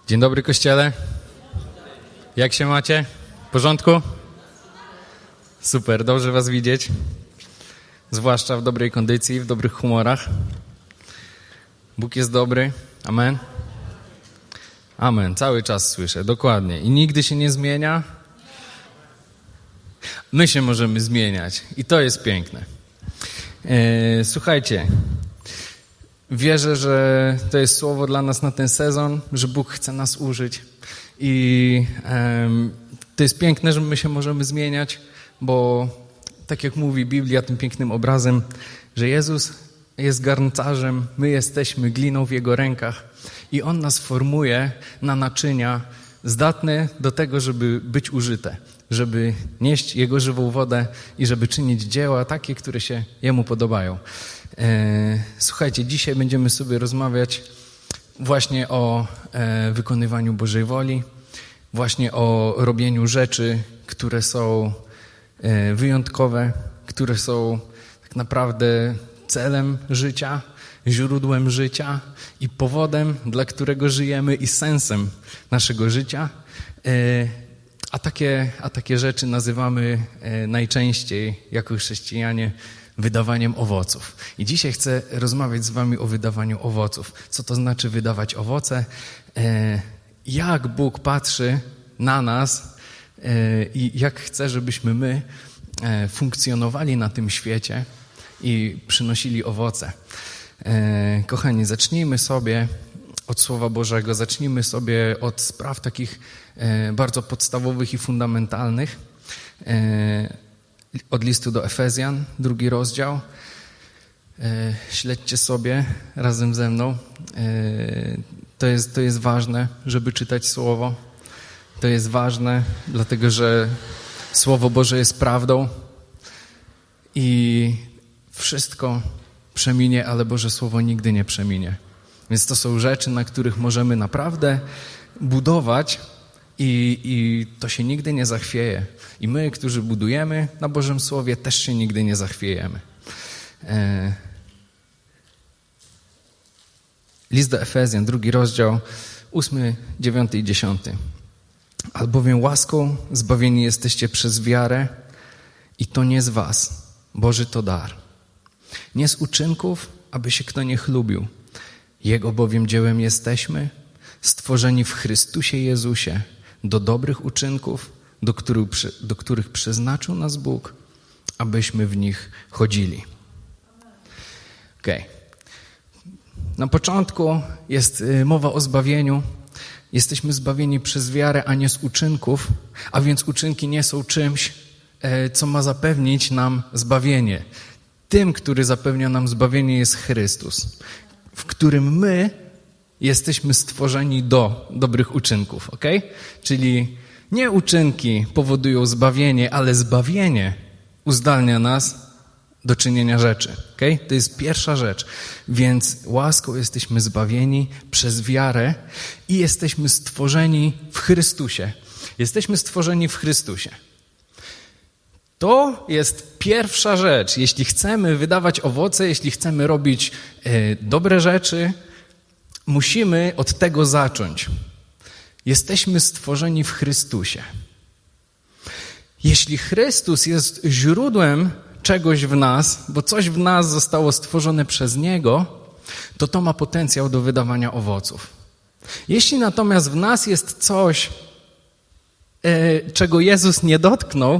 Dzień dobry, Kościele. Jak się macie? W porządku? Super, dobrze was widzieć. Zwłaszcza w dobrej kondycji, w dobrych humorach. Bóg jest dobry. Amen. Amen. Cały czas słyszę, dokładnie. I nigdy się nie zmienia. My się możemy zmieniać. I to jest piękne. Słuchajcie. Wierzę, że to jest słowo dla nas na ten sezon, że Bóg chce nas użyć. I to jest piękne, że my się możemy zmieniać, bo tak jak mówi Biblia tym pięknym obrazem, że Jezus jest garncarzem, my jesteśmy gliną w Jego rękach i On nas formuje na naczynia zdatne do tego, żeby być użyte, żeby nieść Jego żywą wodę i żeby czynić dzieła takie, które się Jemu podobają. Słuchajcie, dzisiaj będziemy sobie rozmawiać właśnie o wykonywaniu Bożej woli, właśnie o robieniu rzeczy, które są wyjątkowe, które są tak naprawdę celem życia, źródłem życia i powodem, dla którego żyjemy i sensem naszego życia. A takie rzeczy nazywamy najczęściej jako chrześcijanie wydawaniem owoców. I dzisiaj chcę rozmawiać z wami o wydawaniu owoców. Co to znaczy wydawać owoce? Jak Bóg patrzy na nas i jak chce, żebyśmy my funkcjonowali na tym świecie i przynosili owoce. Kochani, zacznijmy sobie od Słowa Bożego, zacznijmy sobie od spraw takich bardzo podstawowych i fundamentalnych. Od listu do Efezjan, 2 rozdział. Śledźcie sobie razem ze mną. To jest ważne, żeby czytać Słowo. To jest ważne, dlatego że Słowo Boże jest prawdą i wszystko przeminie, ale Boże Słowo nigdy nie przeminie. Więc to są rzeczy, na których możemy naprawdę budować i to się nigdy nie zachwieje. I my, którzy budujemy na Bożym Słowie, też się nigdy nie zachwiejemy. List do Efezjan, 2 rozdział, 8, 9 i 10. Albowiem łaską zbawieni jesteście przez wiarę i to nie z was, Boży to dar. Nie z uczynków, aby się kto nie chlubił. Jego bowiem dziełem jesteśmy, stworzeni w Chrystusie Jezusie, do dobrych uczynków, do których przeznaczył nas Bóg, abyśmy w nich chodzili. Na początku jest mowa o zbawieniu. Jesteśmy zbawieni przez wiarę, a nie z uczynków, a więc uczynki nie są czymś, co ma zapewnić nam zbawienie. Tym, który zapewnia nam zbawienie, jest Chrystus, w którym my jesteśmy stworzeni do dobrych uczynków, Czyli nie uczynki powodują zbawienie, ale zbawienie uzdalnia nas do czynienia rzeczy, To jest pierwsza rzecz. Więc łaską jesteśmy zbawieni przez wiarę i jesteśmy stworzeni w Chrystusie. Jesteśmy stworzeni w Chrystusie. To jest pierwsza rzecz. Jeśli chcemy wydawać owoce, jeśli chcemy robić dobre rzeczy, musimy od tego zacząć. Jesteśmy stworzeni w Chrystusie. Jeśli Chrystus jest źródłem czegoś w nas, bo coś w nas zostało stworzone przez Niego, to ma potencjał do wydawania owoców. Jeśli natomiast w nas jest coś, czego Jezus nie dotknął,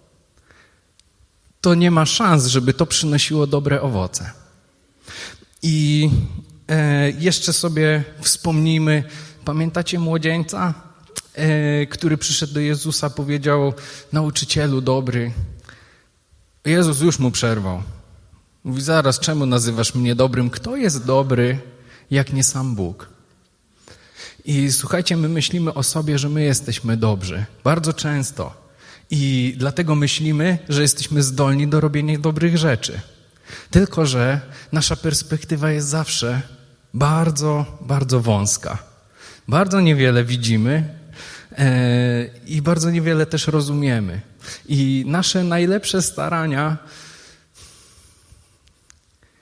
to nie ma szans, żeby to przynosiło dobre owoce. I jeszcze sobie wspomnijmy, pamiętacie młodzieńca, który przyszedł do Jezusa, powiedział: nauczycielu dobry. Jezus już mu przerwał. Mówi: zaraz, czemu nazywasz mnie dobrym? Kto jest dobry, jak nie sam Bóg? I słuchajcie, my myślimy o sobie, że my jesteśmy dobrzy. Bardzo często. I dlatego myślimy, że jesteśmy zdolni do robienia dobrych rzeczy. Tylko że nasza perspektywa jest zawsze bardzo, bardzo wąska. Bardzo niewiele widzimy i bardzo niewiele też rozumiemy. I nasze najlepsze starania,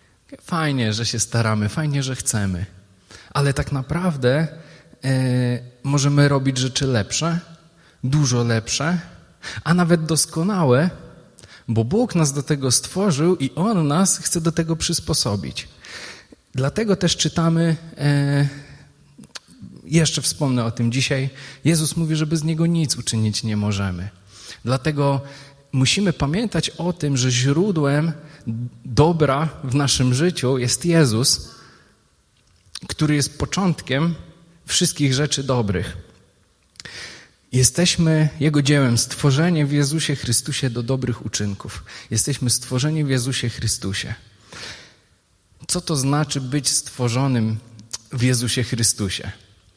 fajnie, że się staramy, fajnie, że chcemy, ale tak naprawdę możemy robić rzeczy lepsze, dużo lepsze, a nawet doskonałe, bo Bóg nas do tego stworzył i On nas chce do tego przysposobić. Dlatego też czytamy, jeszcze wspomnę o tym dzisiaj, Jezus mówi, że bez Niego nic uczynić nie możemy. Dlatego musimy pamiętać o tym, że źródłem dobra w naszym życiu jest Jezus, który jest początkiem wszystkich rzeczy dobrych. Jesteśmy Jego dziełem, stworzeni w Jezusie Chrystusie do dobrych uczynków. Jesteśmy stworzeni w Jezusie Chrystusie. Co to znaczy być stworzonym w Jezusie Chrystusie?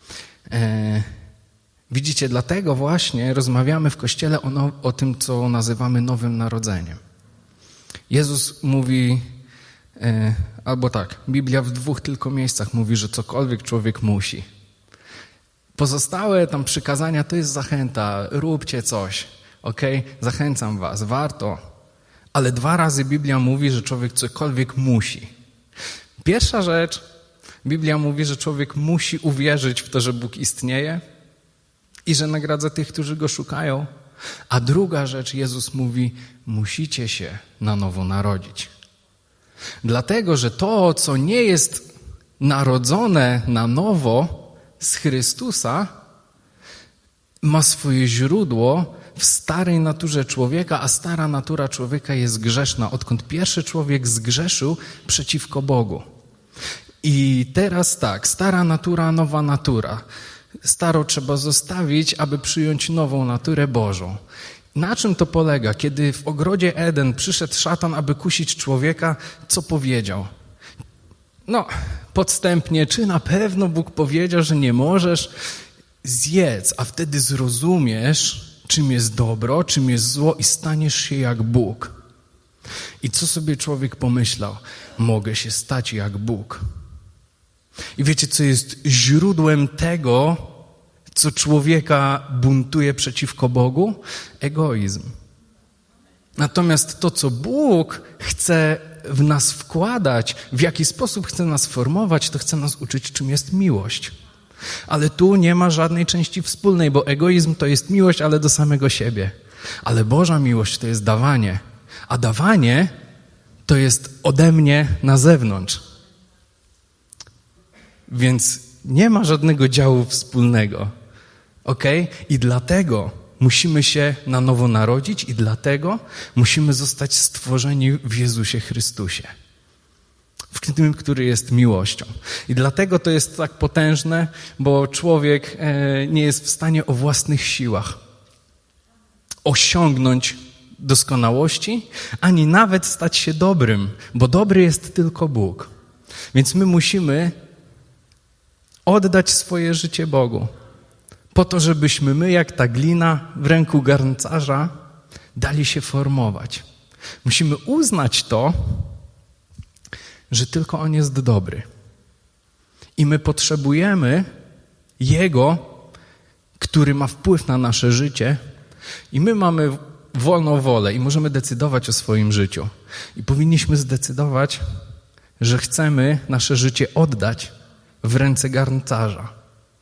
Widzicie, dlatego właśnie rozmawiamy w Kościele o tym, co nazywamy Nowym Narodzeniem. Jezus mówi, albo tak, Biblia w 2 tylko miejscach mówi, że cokolwiek człowiek musi. Pozostałe tam przykazania to jest zachęta, róbcie coś, okej? Zachęcam was, warto. Ale 2 razy Biblia mówi, że człowiek cokolwiek musi. Pierwsza rzecz, Biblia mówi, że człowiek musi uwierzyć w to, że Bóg istnieje i że nagradza tych, którzy Go szukają. A druga rzecz, Jezus mówi, musicie się na nowo narodzić. Dlatego, że to, co nie jest narodzone na nowo z Chrystusa, ma swoje źródło w starej naturze człowieka, a stara natura człowieka jest grzeszna, odkąd pierwszy człowiek zgrzeszył przeciwko Bogu. I teraz tak, stara natura, nowa natura. Staro trzeba zostawić, aby przyjąć nową naturę Bożą. Na czym to polega? Kiedy w ogrodzie Eden przyszedł szatan, aby kusić człowieka, co powiedział? Podstępnie, czy na pewno Bóg powiedział, że nie możesz? Zjedz, a wtedy zrozumiesz, czym jest dobro, czym jest zło i staniesz się jak Bóg. I co sobie człowiek pomyślał? Mogę się stać jak Bóg. I wiecie, co jest źródłem tego, co człowieka buntuje przeciwko Bogu? Egoizm. Natomiast to, co Bóg chce w nas wkładać, w jaki sposób chce nas formować, to chce nas uczyć, czym jest miłość. Ale tu nie ma żadnej części wspólnej, bo egoizm to jest miłość, ale do samego siebie. Ale Boża miłość to jest dawanie, a dawanie to jest ode mnie na zewnątrz. Więc nie ma żadnego działu wspólnego. Okej? I dlatego musimy się na nowo narodzić i dlatego musimy zostać stworzeni w Jezusie Chrystusie. W tym, który jest miłością. I dlatego to jest tak potężne, bo człowiek nie jest w stanie o własnych siłach osiągnąć doskonałości, ani nawet stać się dobrym, bo dobry jest tylko Bóg. Więc my musimy oddać swoje życie Bogu, po to, żebyśmy my, jak ta glina w ręku garncarza, dali się formować. Musimy uznać to, że tylko On jest dobry. I my potrzebujemy Jego, który ma wpływ na nasze życie i my mamy wolną wolę i możemy decydować o swoim życiu. I powinniśmy zdecydować, że chcemy nasze życie oddać w ręce garncarza.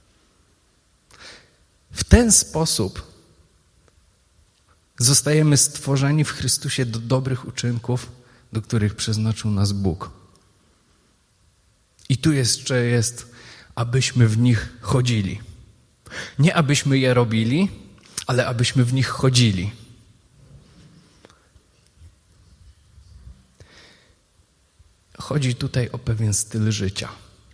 W ten sposób zostajemy stworzeni w Chrystusie do dobrych uczynków, do których przeznaczył nas Bóg. I tu jeszcze jest, abyśmy w nich chodzili. Nie abyśmy je robili, ale abyśmy w nich chodzili. Chodzi tutaj o pewien styl życia.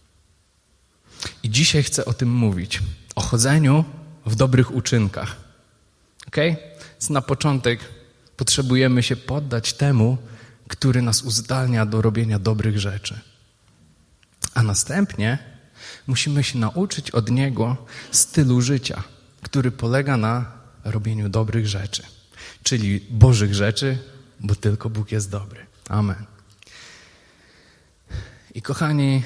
I dzisiaj chcę o tym mówić. O chodzeniu w dobrych uczynkach. Okej? Więc na początek potrzebujemy się poddać temu, który nas uzdalnia do robienia dobrych rzeczy. A następnie musimy się nauczyć od Niego stylu życia, który polega na robieniu dobrych rzeczy. Czyli Bożych rzeczy, bo tylko Bóg jest dobry. Amen. I kochani,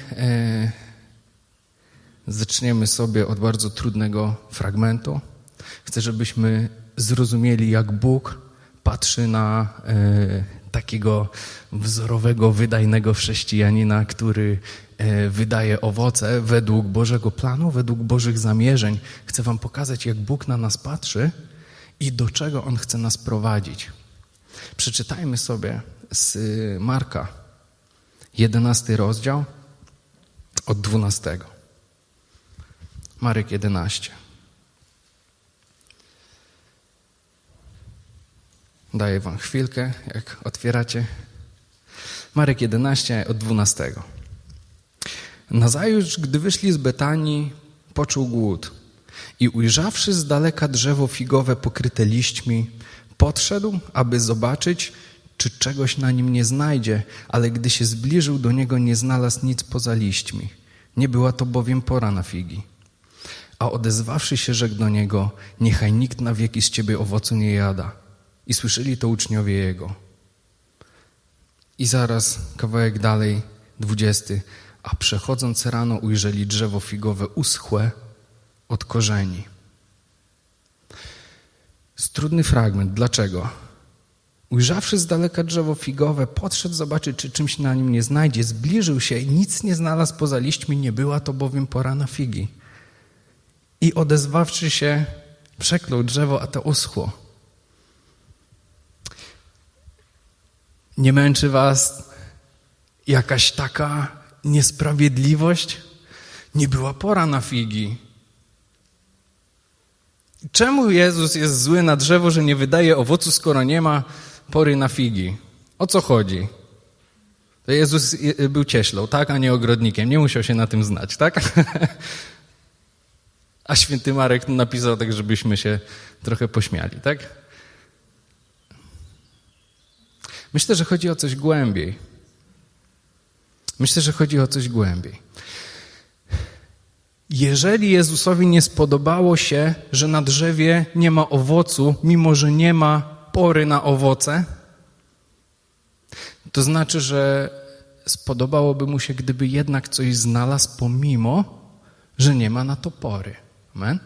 zaczniemy sobie od bardzo trudnego fragmentu. Chcę, żebyśmy zrozumieli, jak Bóg patrzy na takiego wzorowego, wydajnego chrześcijanina, który wydaje owoce według Bożego planu, według Bożych zamierzeń. Chcę wam pokazać, jak Bóg na nas patrzy i do czego On chce nas prowadzić. Przeczytajmy sobie z Marka, 11 rozdział, od 12. Marek 11. Daję wam chwilkę, jak otwieracie. Marek 11, od 12. Nazajutrz, gdy wyszli z Betanii, poczuł głód i ujrzawszy z daleka drzewo figowe pokryte liśćmi, podszedł, aby zobaczyć, czy czegoś na nim nie znajdzie, ale gdy się zbliżył do niego, nie znalazł nic poza liśćmi. Nie była to bowiem pora na figi. A odezwawszy się, rzekł do niego: niechaj nikt na wieki z ciebie owocu nie jada. I słyszeli to uczniowie jego. I zaraz kawałek dalej, 20. A przechodząc rano ujrzeli drzewo figowe uschłe od korzeni. Jest trudny fragment. Dlaczego? Ujrzawszy z daleka drzewo figowe, podszedł zobaczyć, czy czymś na nim nie znajdzie. Zbliżył się i nic nie znalazł poza liśćmi, nie była to bowiem pora na figi. I odezwawszy się, przeklął drzewo, a to uschło. Nie męczy was jakaś taka niesprawiedliwość? Nie była pora na figi. Czemu Jezus jest zły na drzewo, że nie wydaje owocu, skoro nie ma pory na figi? O co chodzi? To Jezus był cieślą, tak, a nie ogrodnikiem. Nie musiał się na tym znać, tak? A święty Marek napisał tak, żebyśmy się trochę pośmiali, tak? Myślę, że chodzi o coś głębiej. Jeżeli Jezusowi nie spodobało się, że na drzewie nie ma owocu, mimo że nie ma pory na owoce, to znaczy, że spodobałoby mu się, gdyby jednak coś znalazł, pomimo że nie ma na to pory. Amen?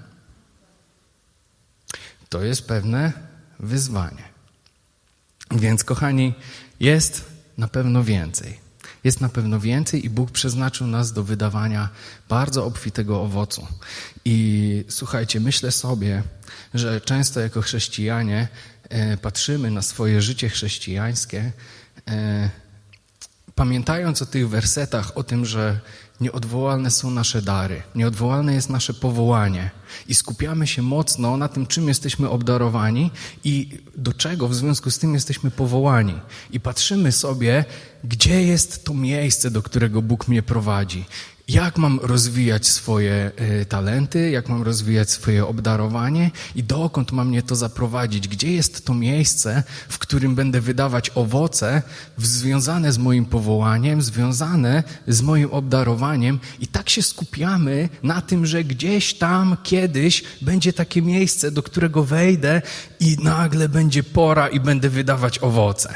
To jest pewne wyzwanie. Więc, kochani, jest na pewno więcej. Jest na pewno więcej i Bóg przeznaczył nas do wydawania bardzo obfitego owocu. I słuchajcie, myślę sobie, że często jako chrześcijanie patrzymy na swoje życie chrześcijańskie, pamiętając o tych wersetach, o tym, że nieodwołalne są nasze dary, nieodwołalne jest nasze powołanie i skupiamy się mocno na tym, czym jesteśmy obdarowani i do czego w związku z tym jesteśmy powołani. I patrzymy sobie, gdzie jest to miejsce, do którego Bóg mnie prowadzi. Jak mam rozwijać swoje talenty, jak mam rozwijać swoje obdarowanie i dokąd ma mnie to zaprowadzić? Gdzie jest to miejsce, w którym będę wydawać owoce związane z moim powołaniem, związane z moim obdarowaniem i tak się skupiamy na tym, że gdzieś tam kiedyś będzie takie miejsce, do którego wejdę i nagle będzie pora i będę wydawać owoce.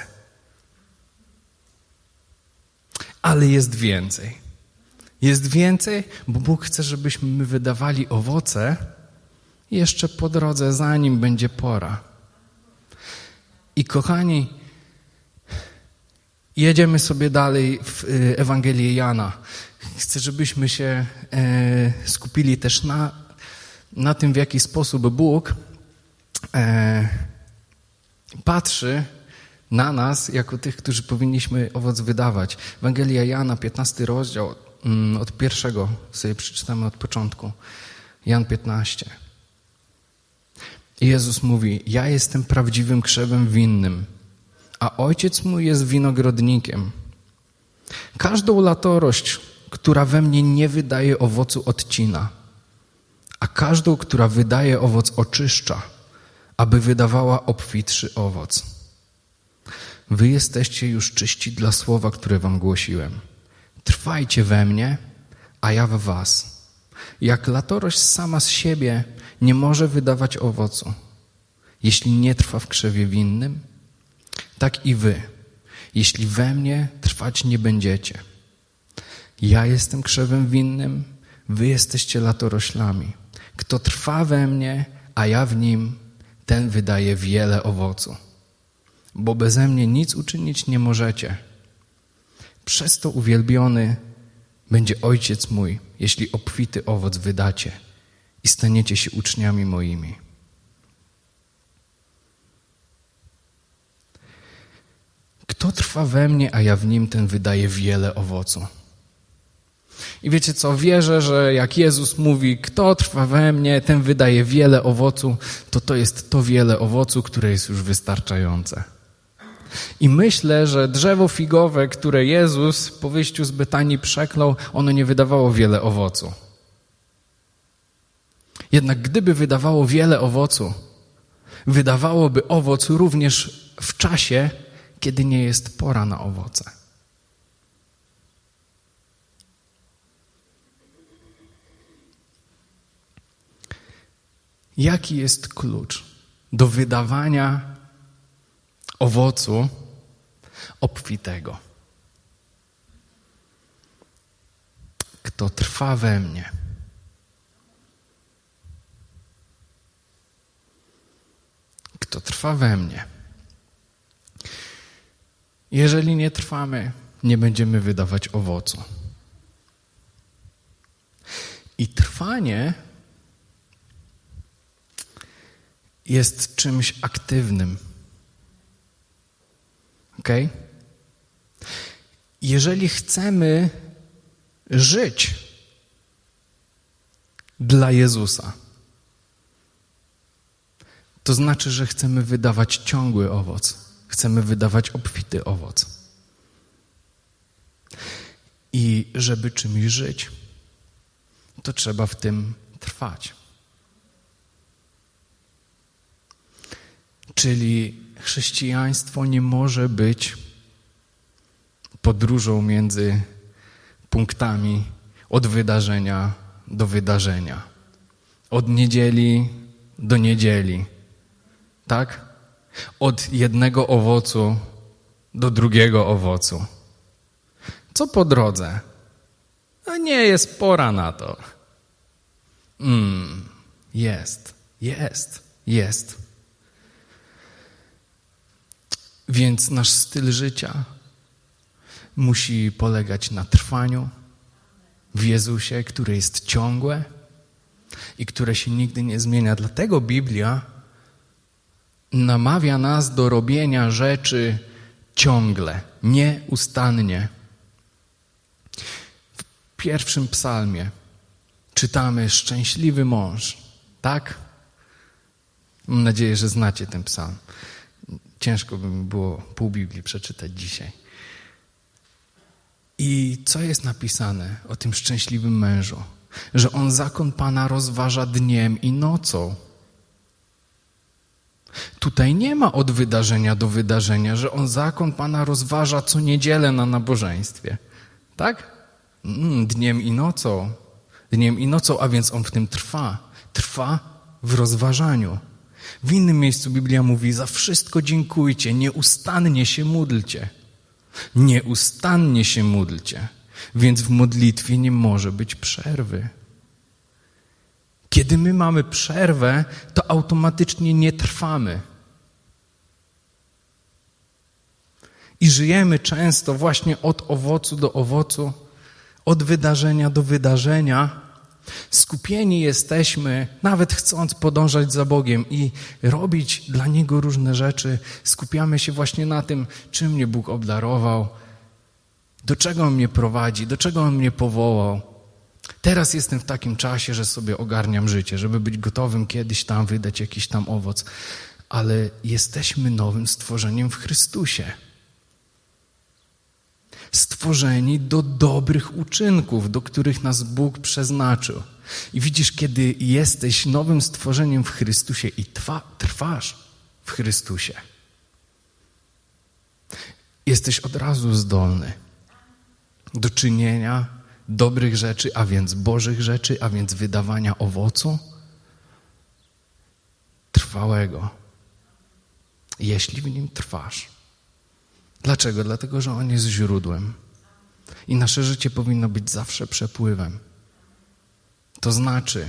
Ale jest więcej. Jest więcej, bo Bóg chce, żebyśmy my wydawali owoce jeszcze po drodze, zanim będzie pora. I kochani, jedziemy sobie dalej w Ewangelię Jana. Chcę, żebyśmy się skupili też na tym, w jaki sposób Bóg patrzy na nas, jako tych, którzy powinniśmy owoc wydawać. Ewangelia Jana, 15 rozdział, od pierwszego sobie przeczytamy od początku. Jan 15. I Jezus mówi: ja jestem prawdziwym krzewem winnym, a Ojciec mój jest winogrodnikiem. Każdą latorość, która we mnie nie wydaje owocu, odcina, a każdą, która wydaje owoc, oczyszcza, aby wydawała obfitszy owoc. Wy jesteście już czyści dla słowa, które wam głosiłem. Trwajcie we mnie, a ja w was. Jak latorość sama z siebie nie może wydawać owocu, jeśli nie trwa w krzewie winnym, tak i wy, jeśli we mnie trwać nie będziecie. Ja jestem krzewem winnym, wy jesteście latoroślami. Kto trwa we mnie, a ja w nim, ten wydaje wiele owocu. Bo beze mnie nic uczynić nie możecie. Przez to, uwielbiony, będzie Ojciec mój, jeśli obfity owoc wydacie i staniecie się uczniami moimi. Kto trwa we mnie, a ja w nim, ten wydaje wiele owocu. I wiecie co, wierzę, że jak Jezus mówi, kto trwa we mnie, ten wydaje wiele owocu, to jest to wiele owocu, które jest już wystarczające. I myślę, że drzewo figowe, które Jezus po wyjściu z Betanii przeklął, ono nie wydawało wiele owocu. Jednak gdyby wydawało wiele owocu, wydawałoby owoc również w czasie, kiedy nie jest pora na owoce. Jaki jest klucz do wydawania owocu obfitego? Kto trwa we mnie. Kto trwa we mnie. Jeżeli nie trwamy, nie będziemy wydawać owocu. I trwanie jest czymś aktywnym. Okej? Jeżeli chcemy żyć dla Jezusa, to znaczy, że chcemy wydawać ciągły owoc. Chcemy wydawać obfity owoc. I żeby czymś żyć, to trzeba w tym trwać. Czyli chrześcijaństwo nie może być podróżą między punktami od wydarzenia do wydarzenia. Od niedzieli do niedzieli. Tak? Od jednego owocu do drugiego owocu. Co po drodze? No nie jest pora na to. Jest. Więc nasz styl życia musi polegać na trwaniu w Jezusie, które jest ciągłe i które się nigdy nie zmienia. Dlatego Biblia namawia nas do robienia rzeczy ciągle, nieustannie. W pierwszym psalmie czytamy szczęśliwy mąż, tak? Mam nadzieję, że znacie ten psalm. Ciężko by mi było pół Biblii przeczytać dzisiaj. I co jest napisane o tym szczęśliwym mężu? Że on zakon Pana rozważa dniem i nocą. Tutaj nie ma od wydarzenia do wydarzenia, że on zakon Pana rozważa co niedzielę na nabożeństwie. Tak? Dniem i nocą. Dniem i nocą, a więc on w tym trwa. Trwa w rozważaniu. W innym miejscu Biblia mówi, za wszystko dziękujcie, nieustannie się módlcie. Nieustannie się módlcie. Więc w modlitwie nie może być przerwy. Kiedy my mamy przerwę, to automatycznie nie trwamy. I żyjemy często właśnie od owocu do owocu, od wydarzenia do wydarzenia. Skupieni jesteśmy, nawet chcąc podążać za Bogiem i robić dla Niego różne rzeczy, skupiamy się właśnie na tym, czym mnie Bóg obdarował, do czego On mnie prowadzi, do czego On mnie powołał. Teraz jestem w takim czasie, że sobie ogarniam życie, żeby być gotowym kiedyś tam wydać jakiś tam owoc. Ale jesteśmy nowym stworzeniem w Chrystusie. Stworzeni do dobrych uczynków, do których nas Bóg przeznaczył. I widzisz, kiedy jesteś nowym stworzeniem w Chrystusie i trwasz w Chrystusie, jesteś od razu zdolny do czynienia dobrych rzeczy, a więc Bożych rzeczy, a więc wydawania owocu trwałego, jeśli w nim trwasz. Dlaczego? Dlatego, że On jest źródłem. I nasze życie powinno być zawsze przepływem. To znaczy,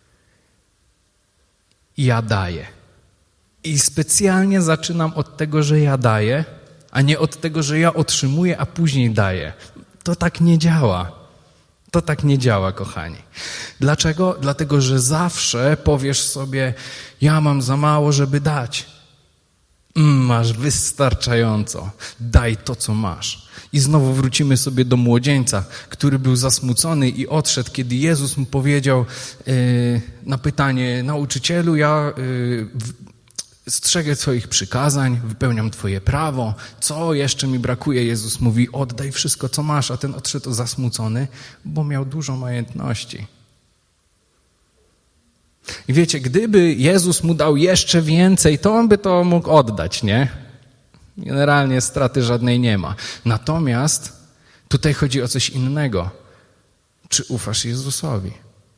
ja daję. I specjalnie zaczynam od tego, że ja daję, a nie od tego, że ja otrzymuję, a później daję. To tak nie działa. To tak nie działa, kochani. Dlaczego? Dlatego, że zawsze powiesz sobie, ja mam za mało, żeby dać. Masz wystarczająco. Daj to, co masz. I znowu wrócimy sobie do młodzieńca, który był zasmucony i odszedł, kiedy Jezus mu powiedział na pytanie, nauczycielu, ja strzegę Twoich przykazań, wypełniam Twoje prawo. Co jeszcze mi brakuje? Jezus mówi, oddaj wszystko, co masz, a ten odszedł zasmucony, bo miał dużo majątności. I wiecie, gdyby Jezus mu dał jeszcze więcej, to on by to mógł oddać, nie? Generalnie straty żadnej nie ma. Natomiast tutaj chodzi o coś innego. Czy ufasz Jezusowi?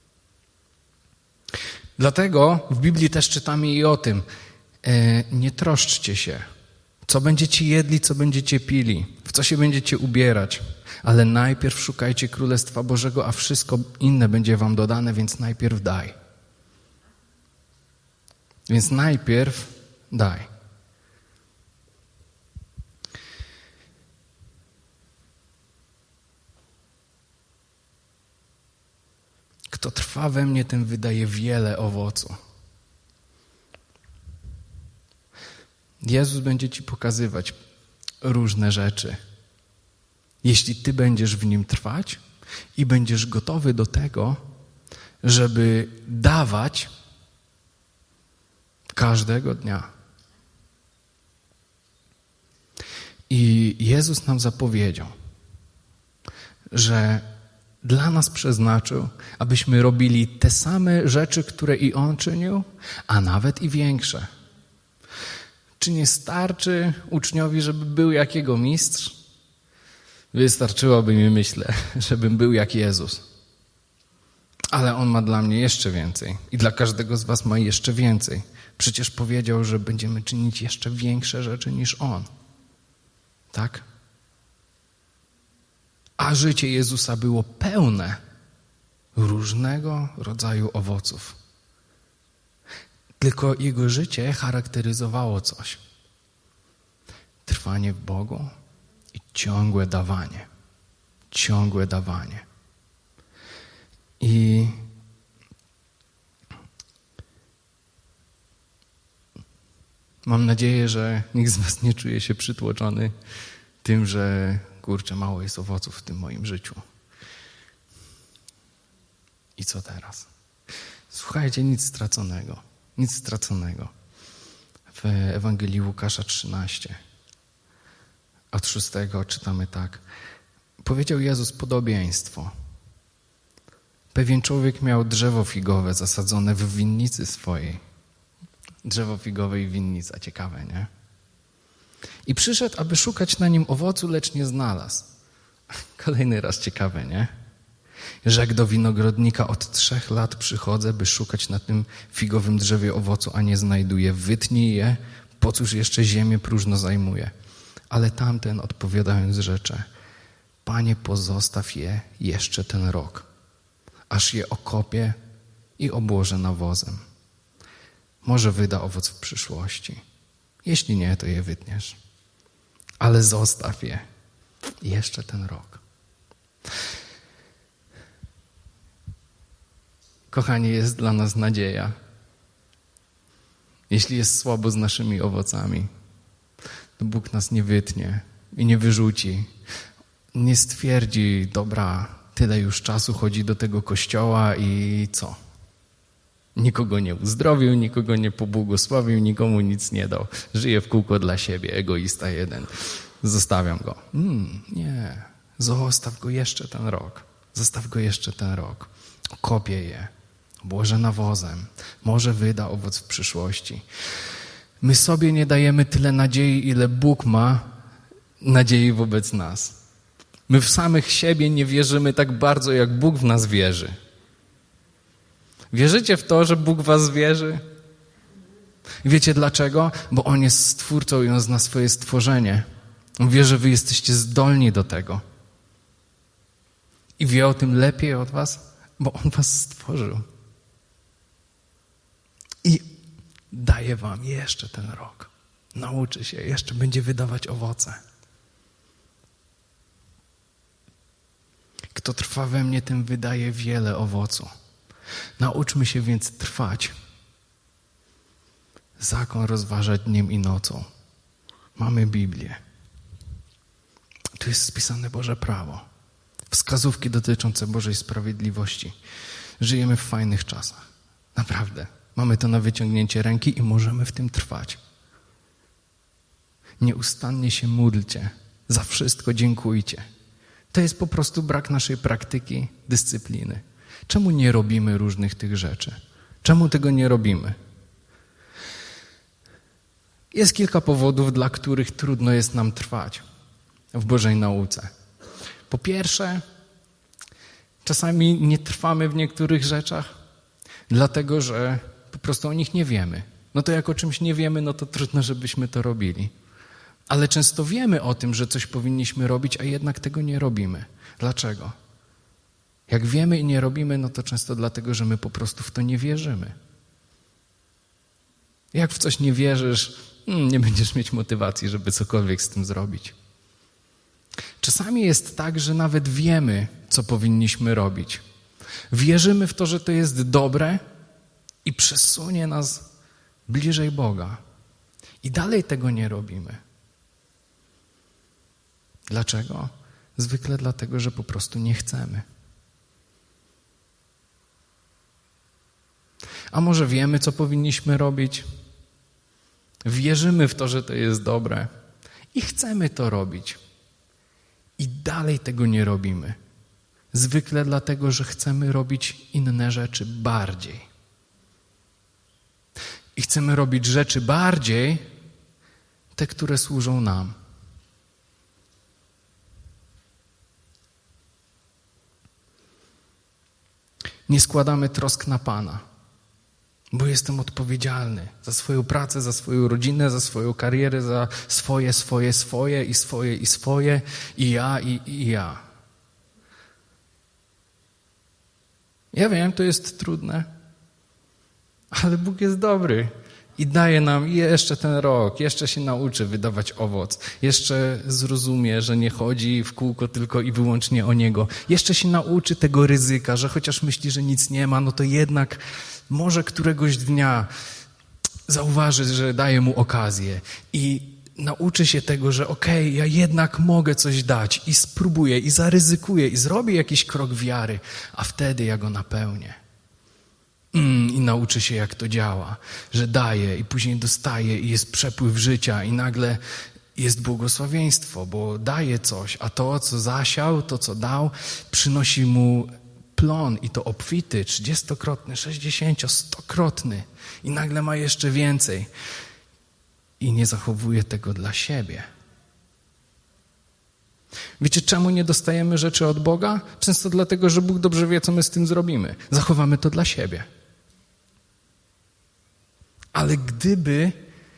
Dlatego w Biblii też czytamy i o tym, nie troszczcie się, co będziecie jedli, co będziecie pili, w co się będziecie ubierać, ale najpierw szukajcie Królestwa Bożego, a wszystko inne będzie wam dodane, więc najpierw daj. Więc najpierw daj. Kto trwa we mnie, ten wydaje wiele owocu. Jezus będzie ci pokazywać różne rzeczy. Jeśli ty będziesz w Nim trwać i będziesz gotowy do tego, żeby dawać każdego dnia. I Jezus nam zapowiedział, że dla nas przeznaczył, abyśmy robili te same rzeczy, które i On czynił, a nawet i większe. Czy nie starczy uczniowi, żeby był jak Jego mistrz? Wystarczyłoby mi, myślę, żebym był jak Jezus. Ale On ma dla mnie jeszcze więcej i dla każdego z was ma jeszcze więcej. Przecież powiedział, że będziemy czynić jeszcze większe rzeczy niż On. Tak? A życie Jezusa było pełne różnego rodzaju owoców. Tylko Jego życie charakteryzowało coś. Trwanie w Bogu i ciągłe dawanie. Ciągłe dawanie. I mam nadzieję, że nikt z was nie czuje się przytłoczony tym, że kurczę, mało jest owoców w tym moim życiu. I co teraz? Słuchajcie, nic straconego. Nic straconego. W Ewangelii Łukasza 13, od 6 czytamy tak. Powiedział Jezus podobieństwo. Pewien człowiek miał drzewo figowe zasadzone w winnicy swojej. Drzewo figowe i winnica, ciekawe, nie? I przyszedł, aby szukać na nim owocu, lecz nie znalazł. Kolejny raz ciekawe, nie? Rzekł do winogrodnika, od 3 lat przychodzę, by szukać na tym figowym drzewie owocu, a nie znajduję. Wytnij je, po cóż jeszcze ziemię próżno zajmuje. Ale tamten odpowiadając rzecze, Panie, pozostaw je jeszcze ten rok, aż je okopię i obłożę nawozem. Może wyda owoc w przyszłości. Jeśli nie, to je wytniesz. Ale zostaw je jeszcze ten rok. Kochani, jest dla nas nadzieja. Jeśli jest słabo z naszymi owocami, to Bóg nas nie wytnie i nie wyrzuci. Nie stwierdzi, dobra, tyle już czasu chodzi do tego kościoła i co? Nikogo nie uzdrowił, nikogo nie pobłogosławił, nikomu nic nie dał. Żyje w kółko dla siebie, egoista jeden. Zostawiam go. Nie, zostaw go jeszcze ten rok. Zostaw go jeszcze ten rok. Kopię je, obłożę nawozem. Może wyda owoc w przyszłości. My sobie nie dajemy tyle nadziei, ile Bóg ma nadziei wobec nas. My w samych siebie nie wierzymy tak bardzo, jak Bóg w nas wierzy. Wierzycie w to, że Bóg was wierzy? I wiecie dlaczego? Bo On jest Stwórcą i On zna swoje stworzenie. On wie, że wy jesteście zdolni do tego. I wie o tym lepiej od was, bo On was stworzył. I daje wam jeszcze ten rok. Nauczy się, jeszcze będzie wydawać owoce. Kto trwa we mnie, ten wydaje wiele owocu. Nauczmy się więc trwać. Zakon rozważać dniem i nocą. Mamy Biblię. Tu jest spisane Boże prawo. Wskazówki dotyczące Bożej sprawiedliwości. Żyjemy w fajnych czasach. Naprawdę. Mamy to na wyciągnięcie ręki i możemy w tym trwać. Nieustannie się módlcie. Za wszystko dziękujcie. To jest po prostu brak naszej praktyki, dyscypliny. Czemu nie robimy różnych tych rzeczy? Czemu tego nie robimy? Jest kilka powodów, dla których trudno jest nam trwać w Bożej nauce. Po pierwsze, czasami nie trwamy w niektórych rzeczach, dlatego że po prostu o nich nie wiemy. No to jak o czymś nie wiemy, no to trudno, żebyśmy to robili. Ale często wiemy o tym, że coś powinniśmy robić, a jednak tego nie robimy. Dlaczego? Jak wiemy i nie robimy, no to często dlatego, że my po prostu w to nie wierzymy. Jak w coś nie wierzysz, nie będziesz mieć motywacji, żeby cokolwiek z tym zrobić. Czasami jest tak, że nawet wiemy, co powinniśmy robić. Wierzymy w to, że to jest dobre i przesunie nas bliżej Boga. I dalej tego nie robimy. Dlaczego? Zwykle dlatego, że po prostu nie chcemy. A może wiemy, co powinniśmy robić? Wierzymy w to, że to jest dobre i chcemy to robić. I dalej tego nie robimy. Zwykle dlatego, że chcemy robić inne rzeczy bardziej. I chcemy robić rzeczy bardziej, te, które służą nam. Nie składamy trosk na Pana, bo jestem odpowiedzialny za swoją pracę, za swoją rodzinę, za swoją karierę, za swoje i ja. Ja wiem, to jest trudne, ale Bóg jest dobry i daje nam jeszcze ten rok, jeszcze się nauczy wydawać owoc, jeszcze zrozumie, że nie chodzi w kółko tylko i wyłącznie o Niego. Jeszcze się nauczy tego ryzyka, że chociaż myśli, że nic nie ma, no to jednak może któregoś dnia zauważy, że daje mu okazję i nauczy się tego, że okej, ja jednak mogę coś dać i spróbuję i zaryzykuję i zrobię jakiś krok wiary, a wtedy ja go napełnię. I nauczy się, jak to działa, że daje i później dostaje i jest przepływ życia i nagle jest błogosławieństwo, bo daje coś, a to, co zasiał, to, co dał, przynosi mu plon i to obfity, 30-krotny, 60-, 100-krotny i nagle ma jeszcze więcej i nie zachowuje tego dla siebie. Wiecie, czemu nie dostajemy rzeczy od Boga? Często dlatego, że Bóg dobrze wie, co my z tym zrobimy. Zachowamy to dla siebie. Ale gdyby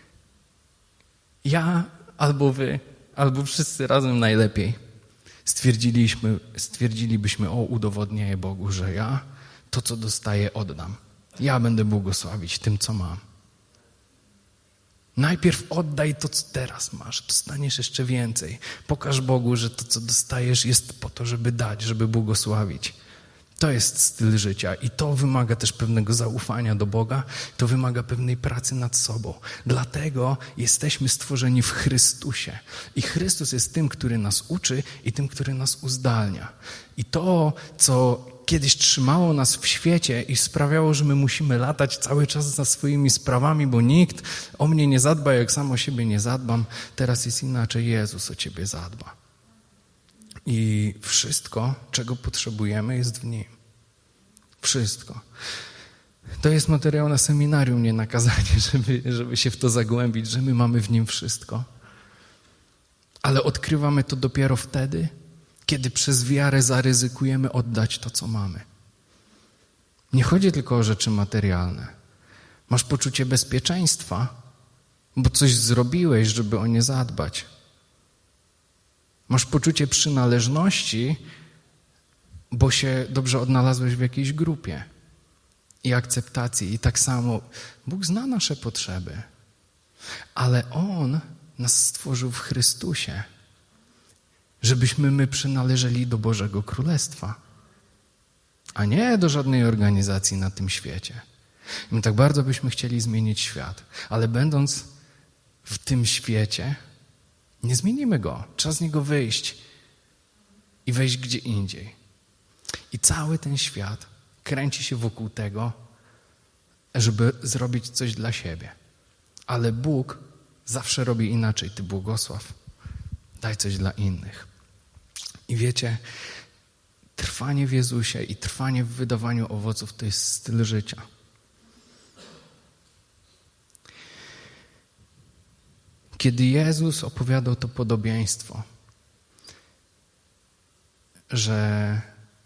ja, albo wy, albo wszyscy razem najlepiej stwierdzilibyśmy, udowodnię Bogu, że ja to, co dostaję, oddam. Ja będę błogosławić tym, co mam. Najpierw oddaj to, co teraz masz. Dostaniesz jeszcze więcej. Pokaż Bogu, że to, co dostajesz, jest po to, żeby dać, żeby błogosławić. To jest styl życia i to wymaga też pewnego zaufania do Boga. To wymaga pewnej pracy nad sobą. Dlatego jesteśmy stworzeni w Chrystusie. I Chrystus jest tym, który nas uczy i tym, który nas uzdalnia. I to, co kiedyś trzymało nas w świecie i sprawiało, że my musimy latać cały czas za swoimi sprawami, bo nikt o mnie nie zadba, jak sam o siebie nie zadbam. Teraz jest inaczej. Jezus o ciebie zadba. I wszystko, czego potrzebujemy, jest w Nim. Wszystko. To jest materiał na seminarium, nie na kazanie, żeby się w to zagłębić, że my mamy w Nim wszystko. Ale odkrywamy to dopiero wtedy, kiedy przez wiarę zaryzykujemy oddać to, co mamy. Nie chodzi tylko o rzeczy materialne. Masz poczucie bezpieczeństwa, bo coś zrobiłeś, żeby o nie zadbać. Masz poczucie przynależności, bo się dobrze odnalazłeś w jakiejś grupie i akceptacji. I tak samo Bóg zna nasze potrzeby, ale On nas stworzył w Chrystusie, żebyśmy my przynależeli do Bożego Królestwa, a nie do żadnej organizacji na tym świecie. I my tak bardzo byśmy chcieli zmienić świat, ale będąc w tym świecie, nie zmienimy go. Trzeba z niego wyjść i wejść gdzie indziej. I cały ten świat kręci się wokół tego, żeby zrobić coś dla siebie. Ale Bóg zawsze robi inaczej. Ty błogosław, daj coś dla innych. I wiecie, trwanie w Jezusie i trwanie w wydawaniu owoców to jest styl życia. Kiedy Jezus opowiadał to podobieństwo, że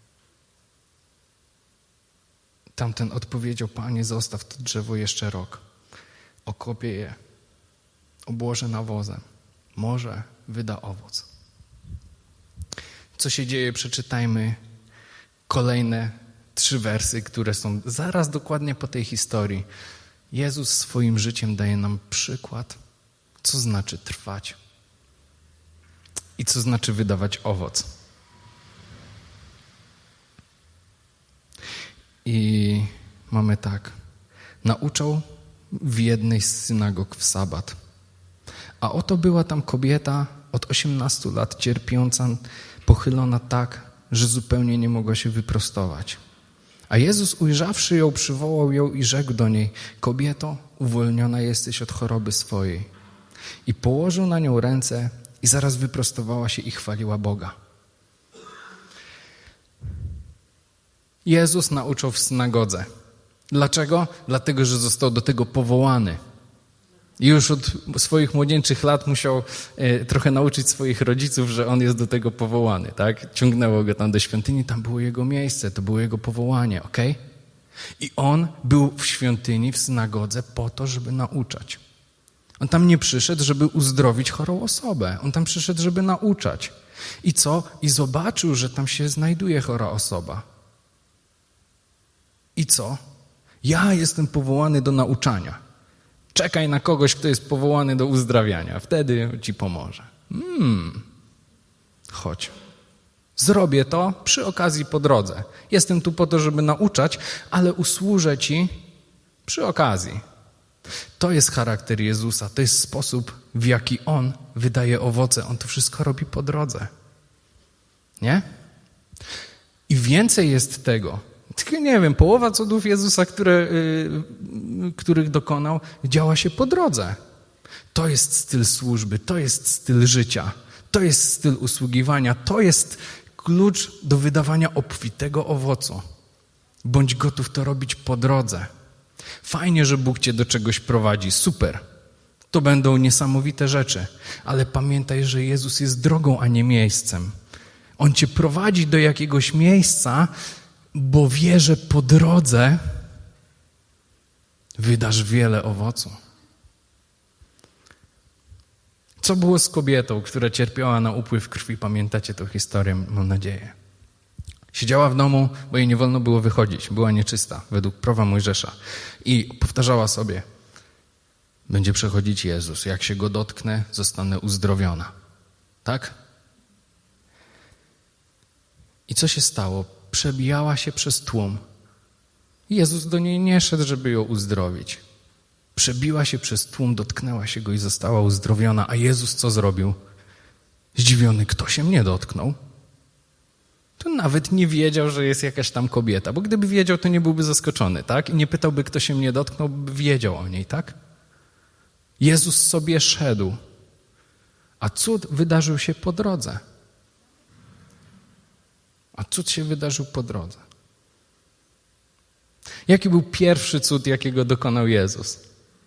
tamten odpowiedział: Panie, zostaw to drzewo jeszcze rok, okopię je, obłożę nawozem, może wyda owoc. Co się dzieje? Przeczytajmy kolejne 3 wersy, które są zaraz dokładnie po tej historii. Jezus swoim życiem daje nam przykład, co znaczy trwać i co znaczy wydawać owoc. I mamy tak. Nauczał w jednej z synagog w sabat. A oto była tam kobieta od 18 lat cierpiąca, pochylona tak, że zupełnie nie mogła się wyprostować. A Jezus, ujrzawszy ją, przywołał ją i rzekł do niej: Kobieto, uwolniona jesteś od choroby swojej. I położył na nią ręce i zaraz wyprostowała się i chwaliła Boga. Jezus nauczał w synagodze. Dlaczego? Dlatego, że został do tego powołany. I już od swoich młodzieńczych lat musiał trochę nauczyć swoich rodziców, że on jest do tego powołany. Tak? Ciągnęło go tam do świątyni, tam było jego miejsce, to było jego powołanie. Okay? I on był w świątyni, w synagodze po to, żeby nauczać. On tam nie przyszedł, żeby uzdrowić chorą osobę. On tam przyszedł, żeby nauczać. I co? I zobaczył, że tam się znajduje chora osoba. I co? Ja jestem powołany do nauczania. Czekaj na kogoś, kto jest powołany do uzdrawiania. Wtedy ci pomoże. Chodź. Zrobię to przy okazji po drodze. Jestem tu po to, żeby nauczać, ale usłużę ci przy okazji. To jest charakter Jezusa. To jest sposób, w jaki On wydaje owoce. On to wszystko robi po drodze. Nie? I więcej jest tego. Tylko nie wiem, połowa cudów Jezusa, których dokonał, działa się po drodze. To jest styl służby, to jest styl życia, to jest styl usługiwania, to jest klucz do wydawania obfitego owocu. Bądź gotów to robić po drodze. Fajnie, że Bóg cię do czegoś prowadzi, super. To będą niesamowite rzeczy, ale pamiętaj, że Jezus jest drogą, a nie miejscem. On cię prowadzi do jakiegoś miejsca, bo wie, że po drodze wydasz wiele owocu. Co było z kobietą, która cierpiała na upływ krwi? Pamiętacie tę historię, mam nadzieję. Siedziała w domu, bo jej nie wolno było wychodzić. Była nieczysta, według prawa Mojżesza. I powtarzała sobie: będzie przechodzić Jezus. Jak się Go dotknę, zostanę uzdrowiona. Tak? I co się stało? Przebijała się przez tłum. Jezus do niej nie szedł, żeby ją uzdrowić. Przebiła się przez tłum, dotknęła się Go i została uzdrowiona. A Jezus co zrobił? Zdziwiony, kto się mnie dotknął? To nawet nie wiedział, że jest jakaś tam kobieta, bo gdyby wiedział, to nie byłby zaskoczony, tak? I nie pytałby, kto się mnie dotknął, by wiedział o niej, tak? Jezus sobie szedł, a cud wydarzył się po drodze. A cud się wydarzył po drodze. Jaki był pierwszy cud, jakiego dokonał Jezus?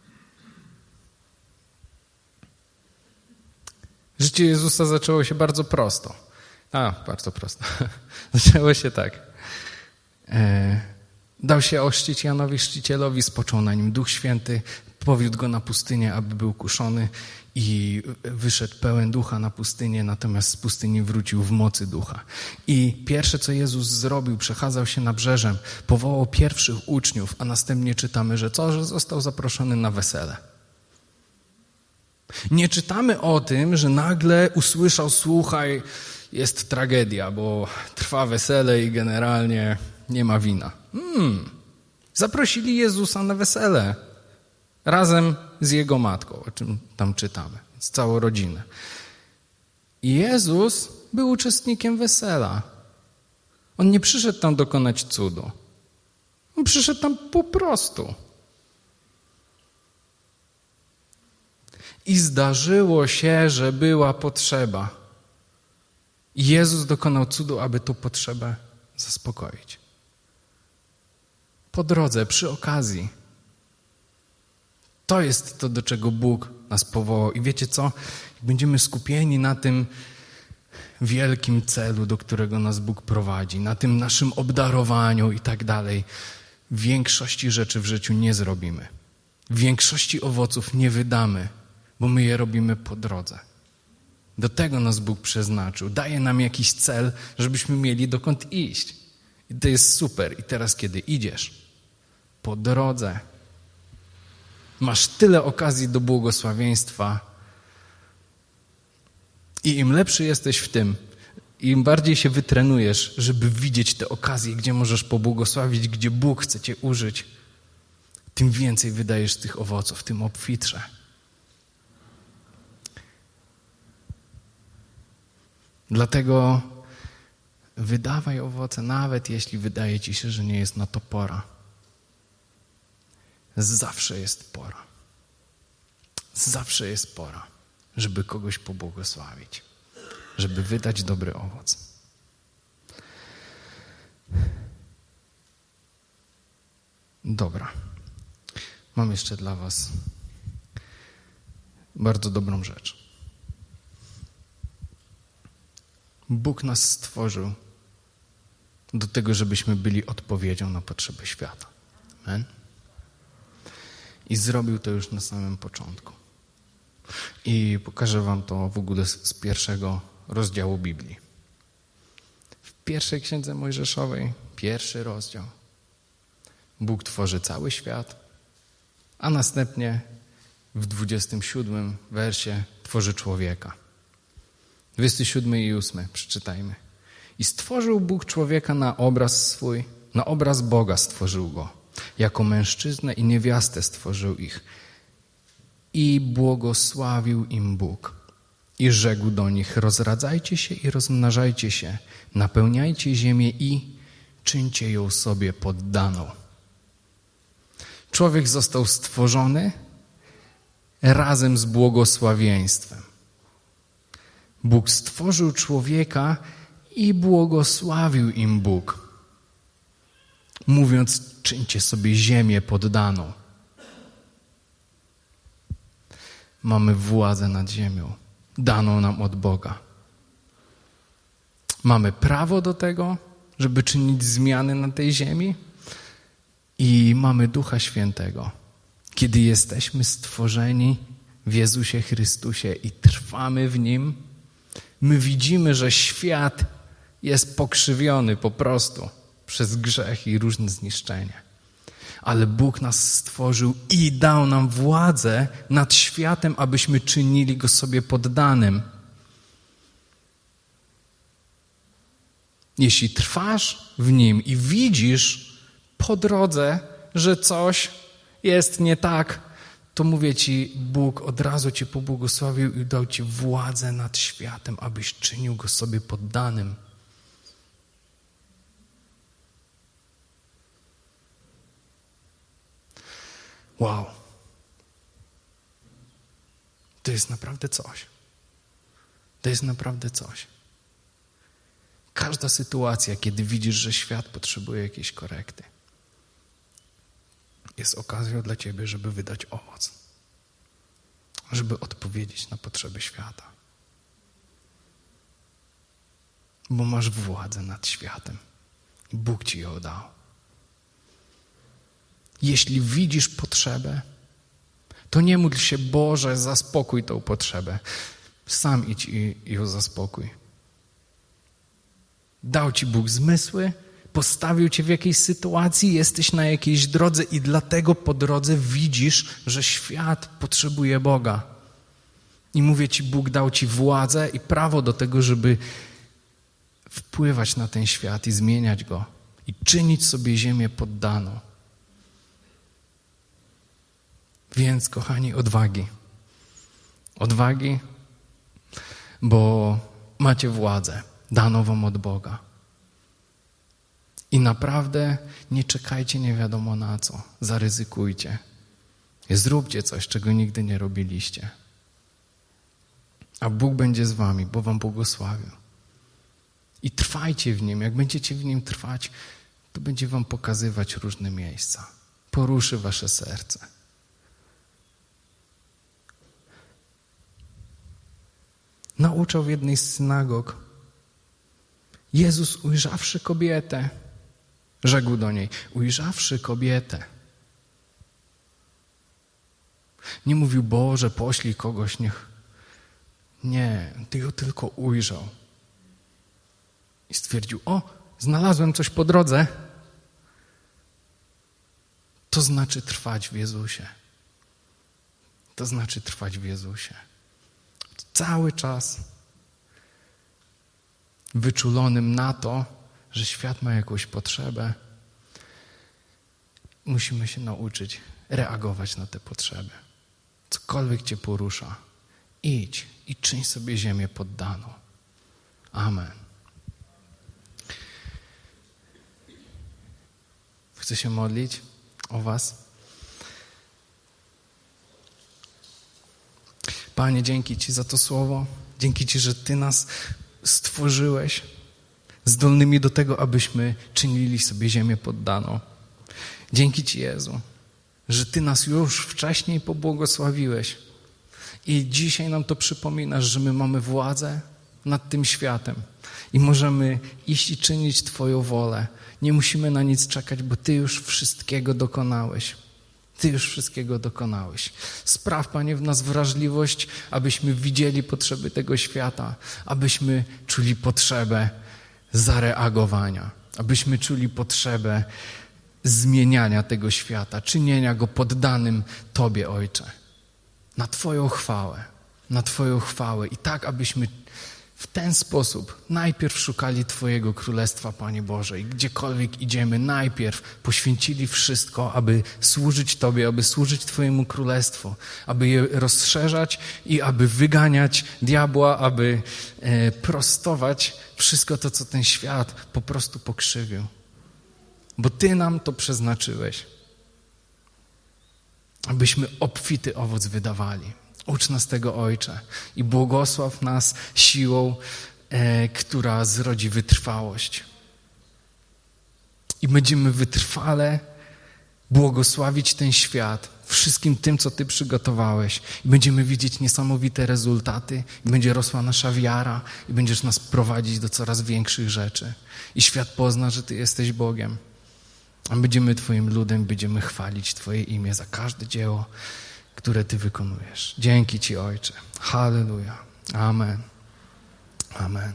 Życie Jezusa zaczęło się bardzo prosto. Bardzo prosto. Zaczęło się tak. Dał się ochrzcić Janowi Chrzcicielowi, spoczął na nim Duch Święty, powiódł go na pustynię, aby był kuszony i wyszedł pełen ducha na pustynię, natomiast z pustyni wrócił w mocy ducha. I pierwsze, co Jezus zrobił, przechadzał się nabrzeżem, powołał pierwszych uczniów, a następnie czytamy, że został zaproszony na wesele. Nie czytamy o tym, że nagle usłyszał: słuchaj, jest tragedia, bo trwa wesele i generalnie nie ma wina. Zaprosili Jezusa na wesele razem z Jego matką, o czym tam czytamy, z całą rodzinę. I Jezus był uczestnikiem wesela. On nie przyszedł tam dokonać cudu. On przyszedł tam po prostu. I zdarzyło się, że była potrzeba. I Jezus dokonał cudu, aby tą potrzebę zaspokoić. Po drodze, przy okazji. To jest to, do czego Bóg nas powołał. I wiecie co? Jak będziemy skupieni na tym wielkim celu, do którego nas Bóg prowadzi, na tym naszym obdarowaniu i tak dalej, większości rzeczy w życiu nie zrobimy. Większości owoców nie wydamy, bo my je robimy po drodze. Do tego nas Bóg przeznaczył. Daje nam jakiś cel, żebyśmy mieli dokąd iść. I to jest super. I teraz, kiedy idziesz po drodze, masz tyle okazji do błogosławieństwa i im lepszy jesteś w tym, im bardziej się wytrenujesz, żeby widzieć te okazje, gdzie możesz pobłogosławić, gdzie Bóg chce cię użyć, tym więcej wydajesz tych owoców, tym obfitrze. Dlatego wydawaj owoce, nawet jeśli wydaje ci się, że nie jest na to pora. Zawsze jest pora. Zawsze jest pora, żeby kogoś pobłogosławić, żeby wydać dobry owoc. Dobra. Mam jeszcze dla was bardzo dobrą rzecz. Bóg nas stworzył do tego, żebyśmy byli odpowiedzią na potrzeby świata. Amen? I zrobił to już na samym początku. I pokażę wam to w ogóle z pierwszego rozdziału Biblii. W pierwszej księdze Mojżeszowej, 1 rozdział. Bóg tworzy cały świat, a następnie w 27 wersie tworzy człowieka. 27 i 8 przeczytajmy. I stworzył Bóg człowieka na obraz swój, na obraz Boga stworzył go. Jako mężczyznę i niewiastę stworzył ich. I błogosławił im Bóg. I rzekł do nich, rozradzajcie się i rozmnażajcie się, napełniajcie ziemię i czyńcie ją sobie poddaną. Człowiek został stworzony razem z błogosławieństwem. Bóg stworzył człowieka i błogosławił im Bóg, mówiąc, czyńcie sobie ziemię poddaną. Mamy władzę nad ziemią, daną nam od Boga. Mamy prawo do tego, żeby czynić zmiany na tej ziemi i mamy Ducha Świętego. Kiedy jesteśmy stworzeni w Jezusie Chrystusie i trwamy w Nim, my widzimy, że świat jest pokrzywiony po prostu przez grzech i różne zniszczenia. Ale Bóg nas stworzył i dał nam władzę nad światem, abyśmy czynili go sobie poddanym. Jeśli trwasz w Nim i widzisz po drodze, że coś jest nie tak, to mówię ci, Bóg od razu cię pobłogosławił i dał ci władzę nad światem, abyś czynił go sobie poddanym. Wow. To jest naprawdę coś. To jest naprawdę coś. Każda sytuacja, kiedy widzisz, że świat potrzebuje jakiejś korekty, jest okazją dla ciebie, żeby wydać owoc. Żeby odpowiedzieć na potrzeby świata. Bo masz władzę nad światem. Bóg ci ją dał. Jeśli widzisz potrzebę, to nie módl się, Boże, zaspokój tą potrzebę. Sam idź i ją zaspokój. Dał ci Bóg zmysły, postawił cię w jakiejś sytuacji, jesteś na jakiejś drodze i dlatego po drodze widzisz, że świat potrzebuje Boga. I mówię ci, Bóg dał ci władzę i prawo do tego, żeby wpływać na ten świat i zmieniać go i czynić sobie ziemię poddaną. Więc, kochani, odwagi. Odwagi, bo macie władzę daną wam od Boga. I naprawdę nie czekajcie nie wiadomo na co. Zaryzykujcie. Zróbcie coś, czego nigdy nie robiliście. A Bóg będzie z wami, bo wam błogosławił. I trwajcie w Nim. Jak będziecie w Nim trwać, to będzie wam pokazywać różne miejsca. Poruszy wasze serce. Nauczał w jednej z synagog. Jezus, ujrzawszy kobietę, rzekł do niej, ujrzawszy kobietę. Nie mówił, Boże, poślij kogoś, niech. Nie, Ty ją tylko ujrzał. I stwierdził, znalazłem coś po drodze. To znaczy trwać w Jezusie. To znaczy trwać w Jezusie. Cały czas wyczulonym na to, że świat ma jakąś potrzebę, musimy się nauczyć reagować na te potrzeby. Cokolwiek cię porusza, idź i czyń sobie ziemię poddaną. Amen. Chcę się modlić o was. Panie, dzięki Ci za to słowo. Dzięki Ci, że Ty nas stworzyłeś zdolnymi do tego, abyśmy czynili sobie ziemię poddaną. Dzięki Ci, Jezu, że Ty nas już wcześniej pobłogosławiłeś i dzisiaj nam to przypominasz, że my mamy władzę nad tym światem i możemy iść i czynić Twoją wolę. Nie musimy na nic czekać, bo Ty już wszystkiego dokonałeś. Ty już wszystkiego dokonałeś. Spraw, Panie, w nas wrażliwość, abyśmy widzieli potrzeby tego świata, abyśmy czuli potrzebę zareagowania, abyśmy czuli potrzebę zmieniania tego świata, czynienia go poddanym Tobie, Ojcze. Na Twoją chwałę i tak, abyśmy w ten sposób najpierw szukali Twojego Królestwa, Panie Boże, i gdziekolwiek idziemy, najpierw poświęcili wszystko, aby służyć Tobie, aby służyć Twojemu Królestwu, aby je rozszerzać i aby wyganiać diabła, aby prostować wszystko to, co ten świat po prostu pokrzywił. Bo Ty nam to przeznaczyłeś, abyśmy obfity owoc wydawali. Ucz nas tego, Ojcze, i błogosław nas siłą, która zrodzi wytrwałość. I będziemy wytrwale błogosławić ten świat wszystkim tym, co Ty przygotowałeś. I będziemy widzieć niesamowite rezultaty, i będzie rosła nasza wiara, i będziesz nas prowadzić do coraz większych rzeczy. I świat pozna, że Ty jesteś Bogiem. A będziemy Twoim ludem, będziemy chwalić Twoje imię za każde dzieło, które Ty wykonujesz. Dzięki Ci, Ojcze. Halleluja. Amen. Amen.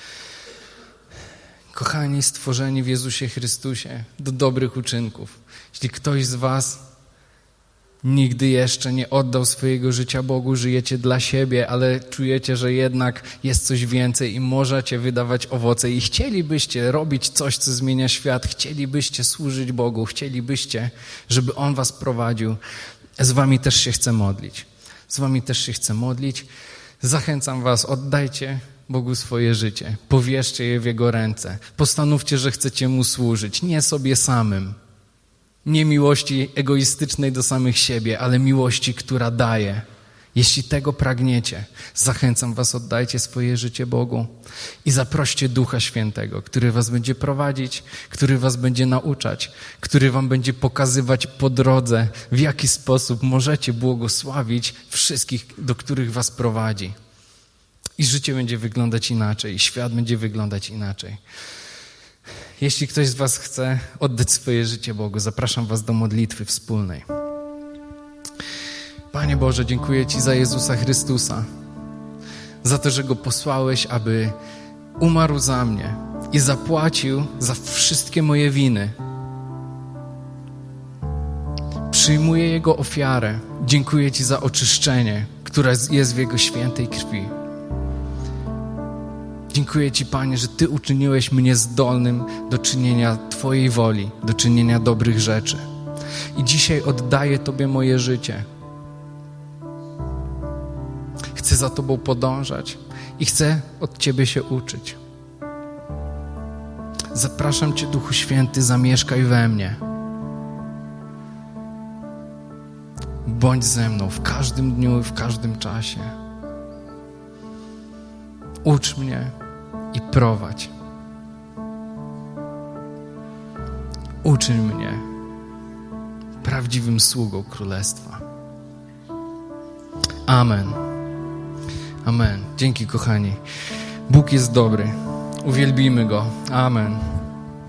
Kochani, stworzeni w Jezusie Chrystusie do dobrych uczynków. Jeśli ktoś z was nigdy jeszcze nie oddał swojego życia Bogu, żyjecie dla siebie, ale czujecie, że jednak jest coś więcej i możecie wydawać owoce i chcielibyście robić coś, co zmienia świat, chcielibyście służyć Bogu, chcielibyście, żeby On was prowadził, z wami też się chcę modlić. Zachęcam was, oddajcie Bogu swoje życie. Powierzcie je w Jego ręce. Postanówcie, że chcecie Mu służyć. Nie sobie samym. Nie miłości egoistycznej do samych siebie, ale miłości, która daje. Jeśli tego pragniecie, zachęcam was, oddajcie swoje życie Bogu i zaproście Ducha Świętego, który was będzie prowadzić, który was będzie nauczać, który wam będzie pokazywać po drodze, w jaki sposób możecie błogosławić wszystkich, do których was prowadzi. I życie będzie wyglądać inaczej, i świat będzie wyglądać inaczej. Jeśli ktoś z was chce oddać swoje życie Bogu, zapraszam was do modlitwy wspólnej. Panie Boże, dziękuję Ci za Jezusa Chrystusa, za to, że Go posłałeś, aby umarł za mnie i zapłacił za wszystkie moje winy. Przyjmuję Jego ofiarę. Dziękuję Ci za oczyszczenie, które jest w Jego świętej krwi. Dziękuję Ci, Panie, że Ty uczyniłeś mnie zdolnym do czynienia Twojej woli, do czynienia dobrych rzeczy. I dzisiaj oddaję Tobie moje życie. Chcę za Tobą podążać i chcę od Ciebie się uczyć. Zapraszam Cię, Duchu Święty, zamieszkaj we mnie. Bądź ze mną w każdym dniu i w każdym czasie. Ucz mnie i prowadź. Uczyń mnie prawdziwym sługą Królestwa. Amen. Amen. Dzięki, kochani. Bóg jest dobry. Uwielbimy Go. Amen.